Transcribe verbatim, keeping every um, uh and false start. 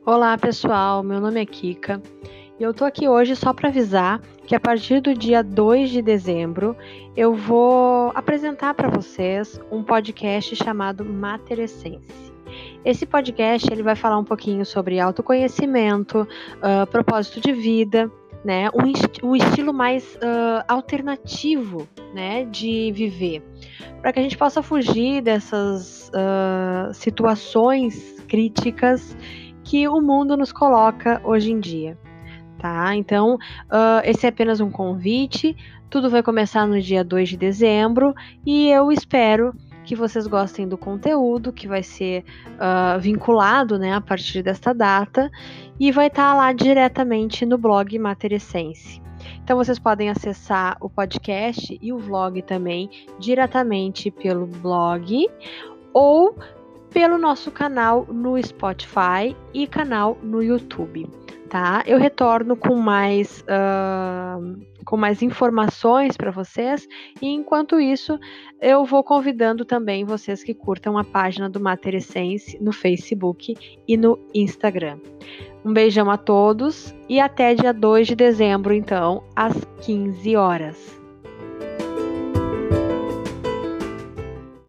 Olá pessoal, meu nome é Kika e eu tô aqui hoje só para avisar que a partir do dia dois de dezembro eu vou apresentar para vocês um podcast chamado Mater Essence. Esse podcast ele vai falar um pouquinho sobre autoconhecimento, uh, propósito de vida, né, um, est- um estilo mais uh, alternativo, né, de viver, para que a gente possa fugir dessas uh, situações críticas que o mundo nos coloca hoje em dia, tá? Então, uh, esse é apenas um convite, tudo vai começar no dia dois de dezembro e eu espero que vocês gostem do conteúdo que vai ser uh, vinculado, né, a partir desta data e vai estar lá diretamente no blog Mater Essence. Então, vocês podem acessar o podcast e o vlog também diretamente pelo blog ou pelo nosso canal no Spotify e canal no YouTube, tá? Eu retorno com mais, uh, com mais informações para vocês e enquanto isso eu vou convidando também vocês que curtam a página do Mater Essence no Facebook e no Instagram. Um beijão a todos e até dia dois de dezembro, então, às quinze horas.